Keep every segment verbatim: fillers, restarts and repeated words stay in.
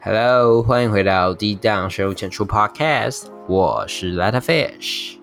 Hello， 欢迎回到低档深入浅出 Podcast， 我是 Latta Fish。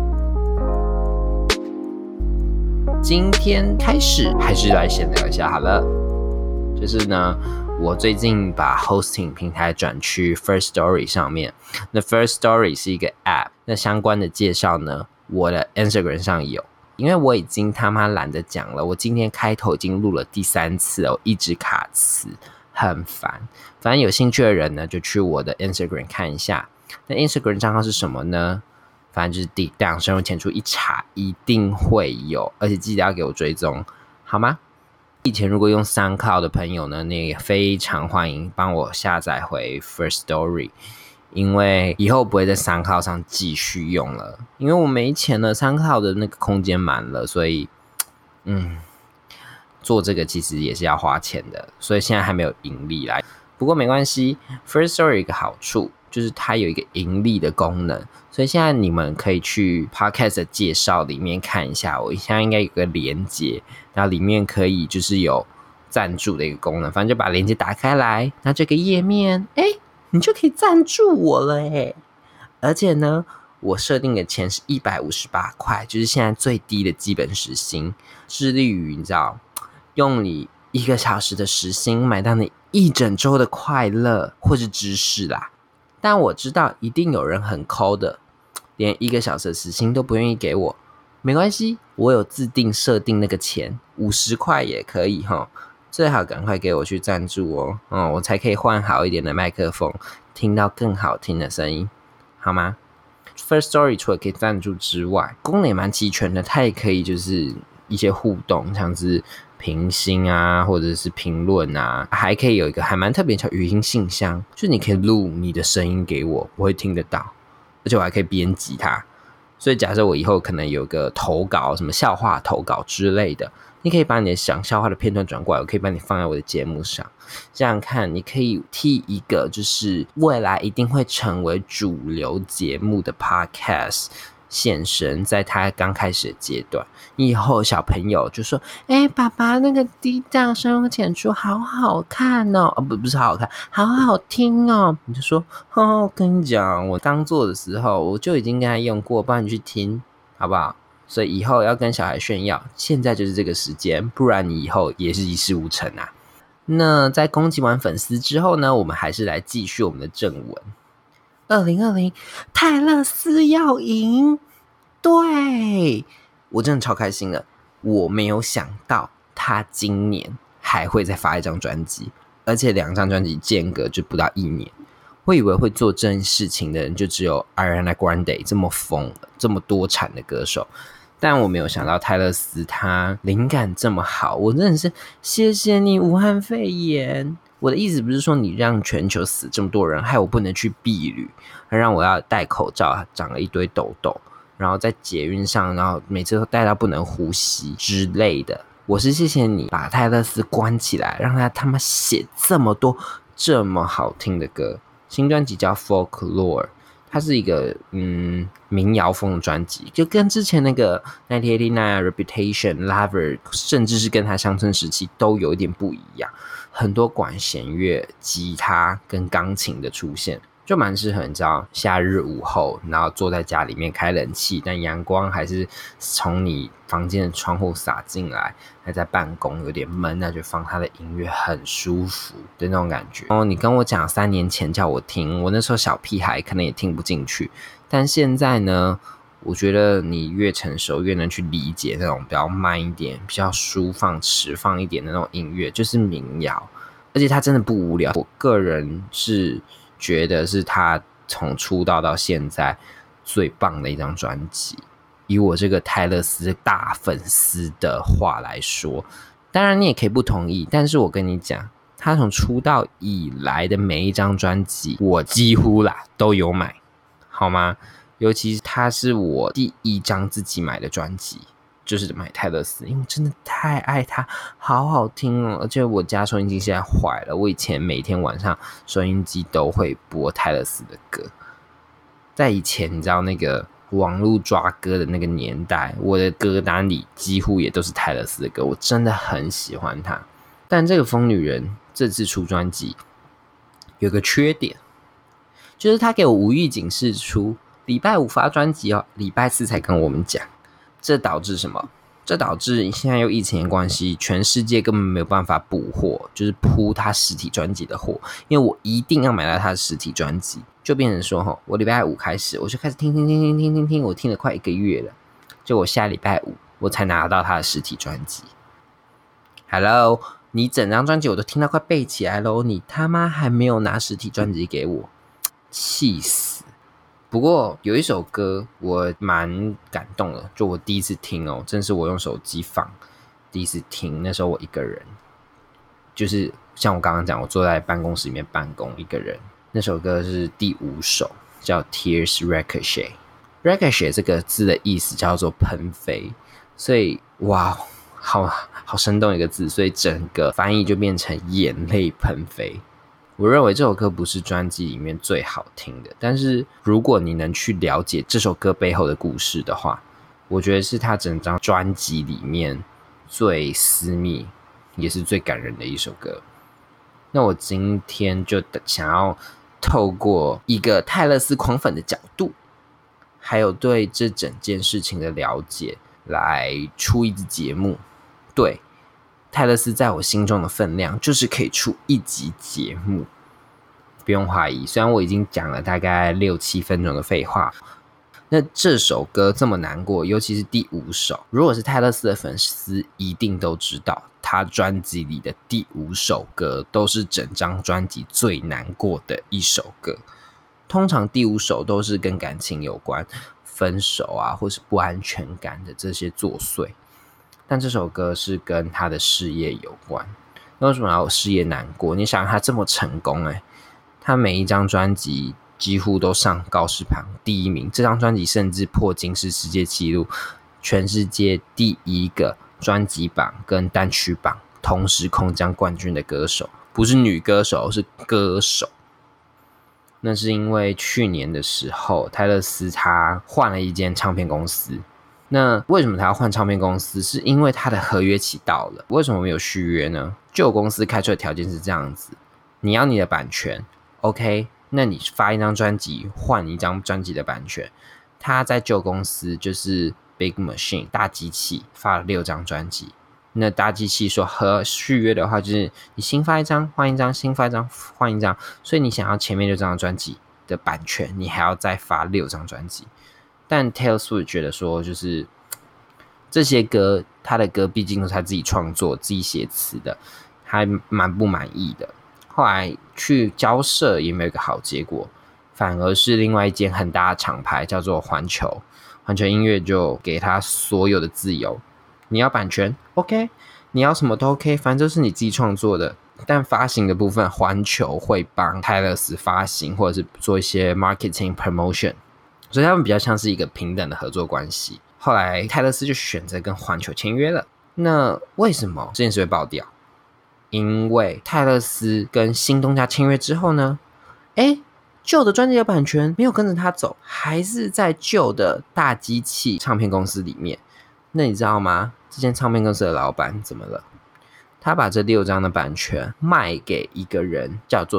今天开始还是来闲聊一下好了，就是呢，我最近把 hosting 平台转去 First Story 上面。那 First Story 是一个 App， 那相关的介绍呢，我的 Instagram 上有。因为我已经他妈懒得讲了，我今天开头已经录了第三次了，我一直卡词。很烦，反正有兴趣的人呢，就去我的 Instagram 看一下。那 Instagram 账号是什么呢？反正就是低档深入浅出，一查一定会有，而且记得要给我追踪，好吗？以前如果用 SoundCloud 的朋友呢，你也非常欢迎帮我下载回 First Story， 因为以后不会在 SoundCloud 上继续用了，因为我没钱了 ，SoundCloud 的那个空间满了，所以，嗯。做这个其实也是要花钱的，所以现在还没有盈利啦。不过没关系 ，First Story 有一个好处就是它有一个盈利的功能，所以现在你们可以去 Podcast 的介绍里面看一下，我现在应该有个连结，然后里面可以就是有赞助的一个功能，反正就把连结打开来，那这个页面，哎，你就可以赞助我了哎，而且呢。我设定的钱是一百五十八块，就是现在最低的基本时薪，致力于你知道，用你一个小时的时薪买到你一整周的快乐或是知识啦。但我知道一定有人很抠的，连一个小时的时薪都不愿意给我，没关系，我有自定设定那个钱，五十块也可以齁，最好赶快给我去赞助哦，嗯，我才可以换好一点的麦克风，听到更好听的声音，好吗？First Story 除了可以赞助之外，功能也蛮齐全的，它也可以就是一些互动，像是评星啊，或者是评论啊，还可以有一个还蛮特别叫语音信箱，就是你可以录你的声音给我，我会听得到，而且我还可以编辑它。所以假设我以后可能有个投稿，什么笑话投稿之类的，你可以把你的想笑话的片段转过来，我可以把你放在我的节目上。这样看，你可以替一个就是未来一定会成为主流节目的 podcast 现身，在他刚开始的阶段，以后小朋友就说：“哎、欸，爸爸，那个低档深入浅出好好看哦，哦不不是好好看，好好听哦。”你就说：“哦，我跟你讲，我刚做的时候我就已经跟他用过，帮你去听，好不好？”所以以后要跟小孩炫耀，现在就是这个时间，不然你以后也是一事无成啊。那在攻击完粉丝之后呢，我们还是来继续我们的正文。二零二零泰勒斯要赢，对，我真的超开心的。我没有想到他今年还会再发一张专辑，而且两张专辑间隔就不到一年。我以为会做这件事情的人就只有 Ariana Grande 这么疯、这么多产的歌手。但我没有想到泰勒斯他灵感这么好，我真的是谢谢你武汉肺炎。我的意思不是说你让全球死这么多人，害我不能去避旅，让我要戴口罩，长了一堆痘痘，然后在捷运上，然后每次都戴到不能呼吸之类的。我是谢谢你把泰勒斯关起来，让他他妈写这么多这么好听的歌。新专辑叫 Folklore。它是一个嗯民谣风的专辑，就跟之前那个一九八九 Reputation、Lover， 甚至是跟他乡村时期都有一点不一样。很多管弦乐、吉他跟钢琴的出现，就蛮适合你知道夏日午后，然后坐在家里面开冷气，但阳光还是从你房间的窗户洒进来，还在办公有点闷，那就放他的音乐很舒服的那种感觉。哦，你跟我讲三年前叫我听，我那时候小屁孩可能也听不进去，但现在呢，我觉得你越成熟越能去理解那种比较慢一点、比较舒放、迟放一点的那种音乐，就是民谣，而且它真的不无聊。我个人是觉得是他从出道到现在最棒的一张专辑。以我这个泰勒斯大粉丝的话来说，当然你也可以不同意，但是我跟你讲，他从出道以来的每一张专辑，我几乎啦都有买，好吗？尤其他是我第一张自己买的专辑，就是买泰勒斯，因为我真的太爱他，好好听哦！而且我家收音机现在坏了，我以前每天晚上收音机都会播泰勒斯的歌。在以前，你知道那个网络抓歌的那个年代，我的歌单里几乎也都是泰勒斯的歌，我真的很喜欢他。但这个疯女人这次出专辑， 有个缺点，就是他给我无预警释出，礼拜五发专辑哦，礼拜四才跟我们讲，这导致什么？这导致现在又疫情的关系，全世界根本没有办法补货，就是铺他实体专辑的货，因为我一定要买到他的实体专辑，就变成说，我礼拜五开始，我就开始听听听听听听听，我听了快一个月了，就我下礼拜五我才拿到他的实体专辑。Hello， 你整张专辑我都听到快背起来咯，你他妈还没有拿实体专辑给我，气死！不过有一首歌我蛮感动的，就我第一次听哦，真是我用手机放，第一次听，那时候我一个人，就是像我刚刚讲，我坐在办公室里面办公一个人。那首歌是第五首，叫 Tears Ricochet。Ricochet 这个字的意思叫做喷飞，所以哇，好好生动一个字，所以整个翻译就变成眼泪喷飞。我认为这首歌不是专辑里面最好听的，但是如果你能去了解这首歌背后的故事的话，我觉得是他整张专辑里面最私密也是最感人的一首歌。那我今天就想要透过一个泰勒斯狂粉的角度，还有对这整件事情的了解，来出一集节目。对，泰勒斯在我心中的分量就是可以出一集节目，不用怀疑。虽然我已经讲了大概六七分钟的废话，那这首歌这么难过，尤其是第五首，如果是泰勒斯的粉丝一定都知道，他专辑里的第五首歌都是整张专辑最难过的一首歌。通常第五首都是跟感情有关，分手啊，或是不安全感的这些作祟。但这首歌是跟他的事业有关。那为什么要有事业难过？你想他这么成功，欸，他每一张专辑几乎都上告示榜第一名，这张专辑甚至破金氏世界纪录，全世界第一个专辑榜跟单曲榜同时空降冠军的歌手，不是女歌手，是歌手。那是因为去年的时候，泰勒斯他换了一间唱片公司。那为什么他要换唱片公司？是因为他的合约期到了。为什么没有续约呢？旧公司开出的条件是这样子：你要你的版权 ，OK， 那你发一张专辑换一张专辑的版权。他在旧公司就是 Big Machine 大机器发了六张专辑。那大机器说和续约的话，就是你新发一张换一张，新发一张换一张，所以你想要前面六张专辑的版权，你还要再发六张专辑。但 Taylor Swift 觉得说，就是这些歌，他的歌毕竟是他自己创作、自己写词的，还蛮不满意的。后来去交涉也没有一个好结果，反而是另外一间很大的厂牌叫做环球，环球音乐就给他所有的自由。你要版权 OK， 你要什么都 OK， 反正就是你自己创作的。但发行的部分，环球会帮泰勒斯发行，或者是做一些 marketing promotion。所以他们比较像是一个平等的合作关系。后来泰勒斯就选择跟环球签约了。那为什么这件事会爆掉？因为泰勒斯跟新东家签约之后呢，诶，旧的专辑的版权没有跟着他走，还是在旧的大机器唱片公司里面。那你知道吗？这间唱片公司的老板怎么了？他把这六张的版权卖给一个人，叫做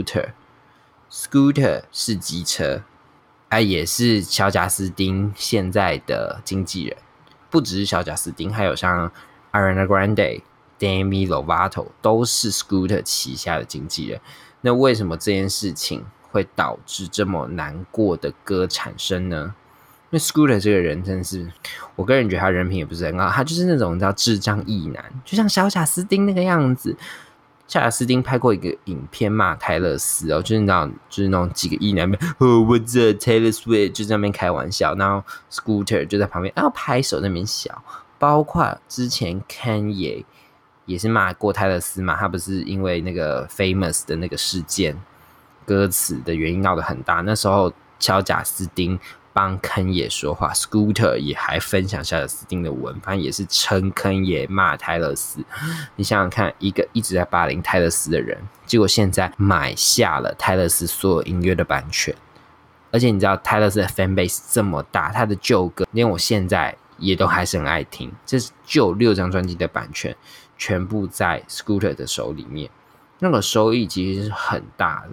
Scooter。Scooter 是机车。啊、也是小贾斯汀现在的经纪人，不只是小贾斯汀，还有像 Ariana Grande、Demi Lovato 都是 Scooter 旗下的经纪人。那为什么这件事情会导致这么难过的歌产生呢？因为 Scooter 这个人真的是，我个人觉得他人品也不是很好，他就是那种叫智障异男，就像小贾斯汀那个样子。小贾斯汀拍过一个影片骂泰勒斯哦，就是那种就是那种几个艺男哦，我这 Taylor Swift 就在那边开玩笑，然后 Scooter 就在旁边，然后拍手在那边笑。包括之前 Kanye 也是骂过泰勒斯嘛，他不是因为那个 Famous 的那个事件，歌词的原因闹得很大，那时候小贾斯汀帮坑也说话 ，Scooter 也还分享小贾斯汀的文，反正也是称坑也骂泰勒斯。你想想看，一个一直在霸凌泰勒斯的人，结果现在买下了泰勒斯所有音乐的版权，而且你知道泰勒斯的 fanbase 这么大，他的旧歌连我现在也都还是很爱听。这是旧六张专辑的版权全部在 Scooter 的手里面，那个收益其实是很大的。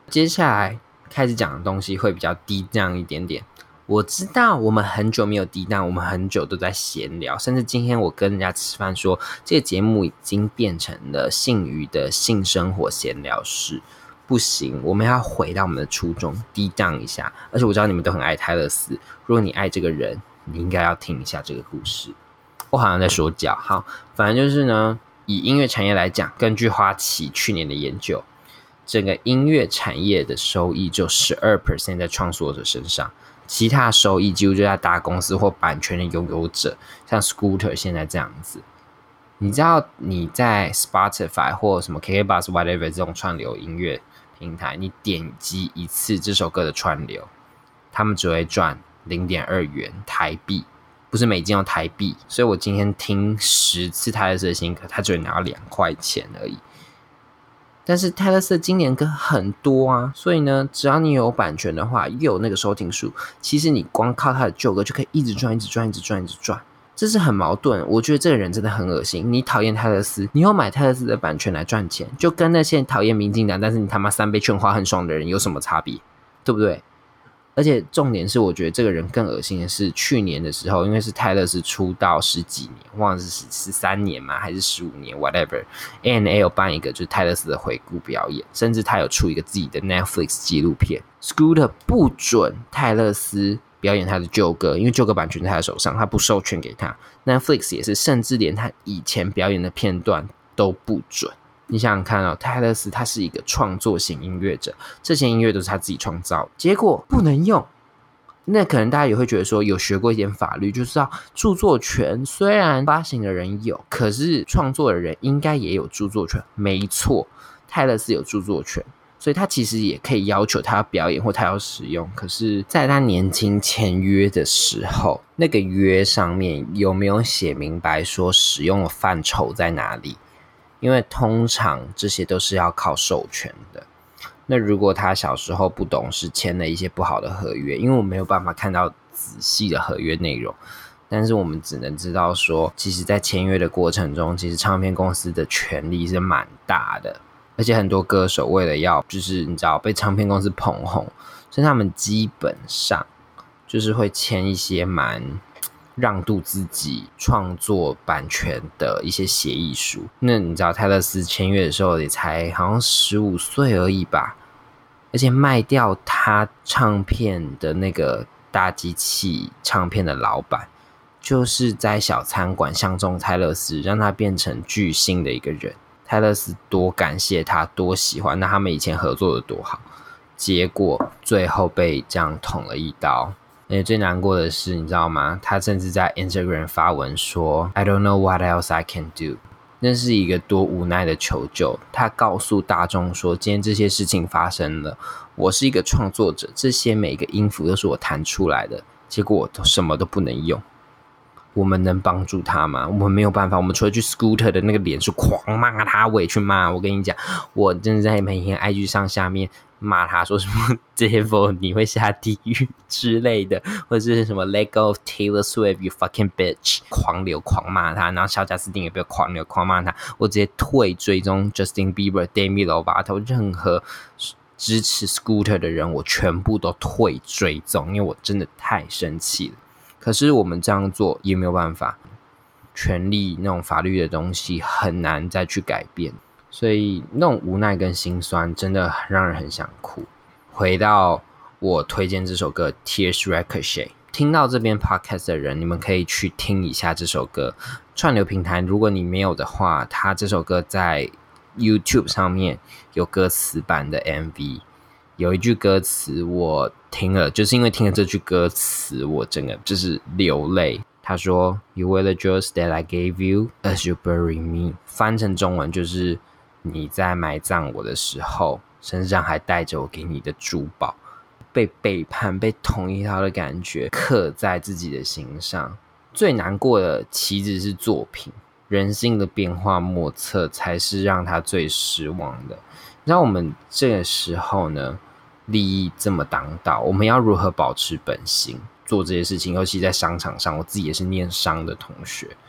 接下来开始讲的东西会比较低档一点点。我知道我们很久没有低档，我们很久都在闲聊，甚至今天我跟人家吃饭说，这个节目已经变成了性娱的性生活闲聊室。不行，我们要回到我们的初衷，低档一下。而且我知道你们都很爱泰勒斯，如果你爱这个人，你应该要听一下这个故事。我好像在说教，好，反正就是呢，以音乐产业来讲，根据花旗去年的研究，整个音乐产业的收益就 百分之十二 在创作者身上，其他收益几乎就在大公司或版权的拥有者，像 Scooter 现在这样子。你知道你在 Spotify 或什么 K K B O X whatever 这种串流音乐平台，你点击一次这首歌的串流，他们只会赚 零点二元台币，不是美金，用台币。所以我今天听十次泰勒斯的新歌，他只会拿到两块钱而已。但是泰勒斯的经典歌很多啊，所以呢，只要你有版权的话，又有那个收听数，其实你光靠他的旧歌就可以一直赚，一直赚，一直赚，一直赚。这是很矛盾，我觉得这个人真的很恶心。你讨厌泰勒斯，你又买泰勒斯的版权来赚钱，就跟那些讨厌民进党但是你他妈三杯劝花很爽的人有什么差别？对不对？而且重点是，我觉得这个人更恶心的是，去年的时候，因为是泰勒斯出道十几年，忘了是十三年吗？还是十五年 ？whatever。A and A 有办一个就是泰勒斯的回顾表演，甚至他有出一个自己的 Netflix 纪录片。Scooter 不准泰勒斯表演他的旧歌，因为旧歌版权在他的手上，他不授权给他。Netflix 也是，甚至连他以前表演的片段都不准。你想想看哦，泰勒斯他是一个创作型音乐者，这些音乐都是他自己创造，结果不能用。那可能大家也会觉得说，有学过一点法律就知道，著作权虽然发行的人有，可是创作的人应该也有著作权。没错，泰勒斯有著作权，所以他其实也可以要求他要表演或他要使用。可是在他年轻签约的时候，那个约上面有没有写明白说使用的范畴在哪里？因为通常这些都是要靠授权的。那如果他小时候不懂事，签了一些不好的合约，因为我没有办法看到仔细的合约内容，但是我们只能知道说，其实在签约的过程中，其实唱片公司的权力是蛮大的，而且很多歌手为了要就是你知道被唱片公司捧红，所以他们基本上就是会签一些蛮让渡自己创作版权的一些协议书。那你知道泰勒斯签约的时候也才好像十五岁而已吧，而且卖掉他唱片的那个大机器唱片的老板，就是在小餐馆相中泰勒斯，让他变成巨星的一个人。泰勒斯多感谢他，多喜欢，那他们以前合作的多好，结果最后被这样捅了一刀。而且最难过的是，你知道吗？他甚至在 Instagram 发文说 I don't know what else I can do。 那是一个多无奈的求救。他告诉大众说，今天这些事情发生了，我是一个创作者，这些每一个音符都是我弹出来的，结果我都什么都不能用。我们能帮助他吗？我们没有办法，我们除了去 Scooter 的那个脸书狂骂他，我也去骂。我跟你讲，我真的在每天 I G 上下面骂他说什么这些 devil 你会下地狱之类的，或者是什么 Let go of Taylor Swift you fucking bitch， 狂流狂骂他，然后小贾斯汀也被狂流狂骂他，我直接退追踪 Justin Bieber、Demi Lovato 任何支持 Scooter 的人，我全部都退追踪，因为我真的太生气了。可是我们这样做也没有办法，权利那种法律的东西很难再去改变，所以那种无奈跟心酸真的让人很想哭。回到我推荐这首歌 Tears Ricochet， 听到这边 podcast 的人，你们可以去听一下这首歌。串流平台如果你没有的话，他这首歌在 YouTube 上面有歌词版的 M V， 有一句歌词我听了，就是因为听了这句歌词，我整个就是流泪。他说 You wear the jewels that I gave you as you bury me， 翻成中文就是你在埋葬我的时候，身上还带着我给你的珠宝。被背叛被捅一刀的感觉刻在自己的心上。最难过的其实是作品，人性的变化莫测才是让他最失望的。你知道我们这个时候呢，利益这么当道，我们要如何保持本心做这些事情？尤其在商场上，我自己也是念商的同学，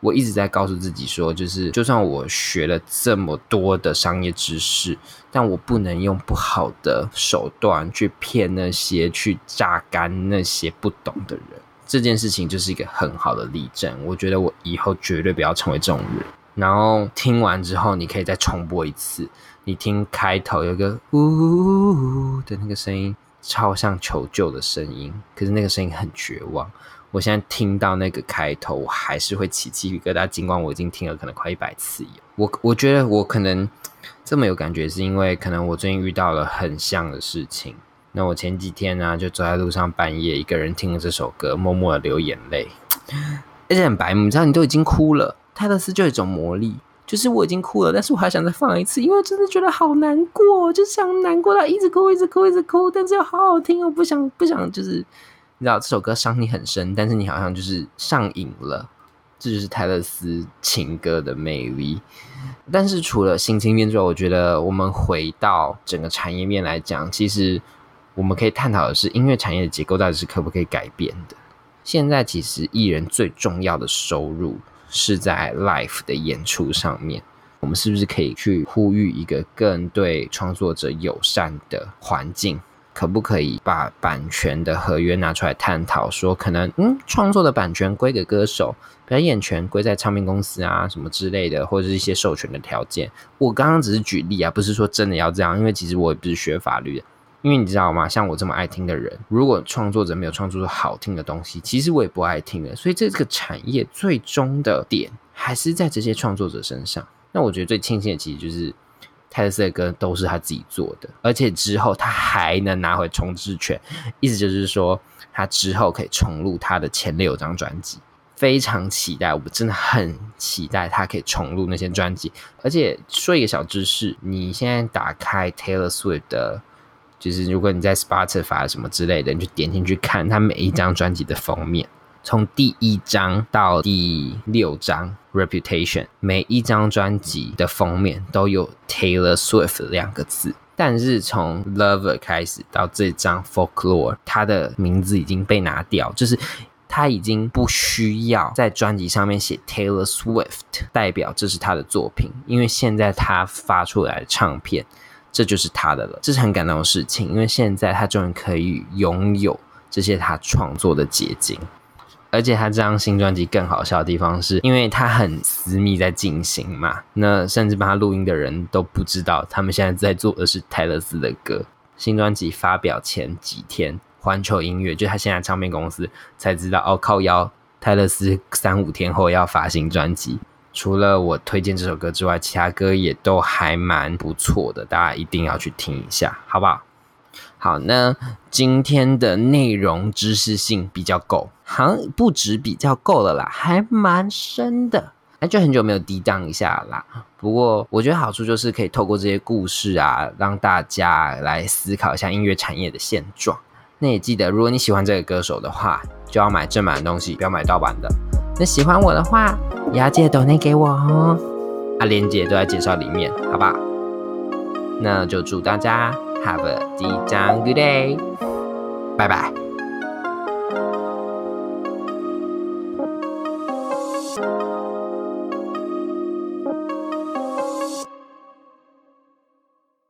我一直在告诉自己说，就是就算我学了这么多的商业知识，但我不能用不好的手段去骗那些去榨干那些不懂的人。这件事情就是一个很好的例证，我觉得我以后绝对不要成为这种人。然后听完之后，你可以再重播一次，你听开头有一个呜呜呜的那个声音，超像求救的声音，可是那个声音很绝望。我现在听到那个开头，我还是会起鸡皮疙瘩，尽管我已经听了可能快一百次。我我觉得我可能这么有感觉，是因为可能我最近遇到了很像的事情。那我前几天呢、啊，就走在路上，半夜一个人听了这首歌，默默的流眼泪，而且很白目，你知道，你都已经哭了，泰勒斯就有一种魔力。就是我已经哭了，但是我还想再放一次，因为我真的觉得好难过，就想难过到一直哭，一直哭，一直哭，但是又好好听，我不想不想，就是你知道这首歌伤你很深，但是你好像就是上瘾了，这就是泰勒斯情歌的魅力。但是除了心情面之外，我觉得我们回到整个产业面来讲，其实我们可以探讨的是音乐产业的结构到底是可不可以改变的。现在其实艺人最重要的收入是在 live 的演出上面，我们是不是可以去呼吁一个更对创作者友善的环境？可不可以把版权的合约拿出来探讨，说可能嗯，创作的版权归给歌手，表演权归在唱片公司啊什么之类的，或者是一些授权的条件。我刚刚只是举例啊，不是说真的要这样，因为其实我也不是学法律的。因为你知道吗，像我这么爱听的人，如果创作者没有创作出好听的东西，其实我也不爱听了。所以这个产业最终的点还是在这些创作者身上。那我觉得最庆幸的其实就是泰勒斯的歌都是他自己做的，而且之后他还能拿回重制权，意思就是说他之后可以重录他的前六张专辑。非常期待，我真的很期待他可以重录那些专辑。而且说一个小知识，你现在打开 Taylor Swift 的，就是如果你在 Spotify 什么之类的，你就点进去看他每一张专辑的封面，从第一张到第六张 Reputation， 每一张专辑的封面都有 Taylor Swift 两个字。但是从 Lover 开始到这张 Folklore， 他的名字已经被拿掉，就是他已经不需要在专辑上面写 Taylor Swift， 代表这是他的作品，因为现在他发出来的唱片这就是他的了，这是很感动的事情，因为现在他终于可以拥有这些他创作的结晶。而且他这张新专辑更好笑的地方是，因为他很私密在进行嘛，那甚至帮他录音的人都不知道他们现在在做的是泰勒斯的歌。新专辑发表前几天，环球音乐就他现在唱片公司才知道，哦靠腰，泰勒斯三五天后要发新专辑。除了我推荐这首歌之外，其他歌也都还蛮不错的，大家一定要去听一下，好不好？好，那今天的内容知识性比较够，好像不止比较够了啦，还蛮深的，那就很久没有低档一下啦。不过我觉得好处就是可以透过这些故事啊，让大家来思考一下音乐产业的现状。那也记得，如果你喜欢这个歌手的话，就要买正版的东西，不要买盗版的。那喜欢我的话，也要记得 donate 给我哦，啊，连结都在介绍里面，好不好？那就祝大家 have a 吉祥 good day， 拜拜。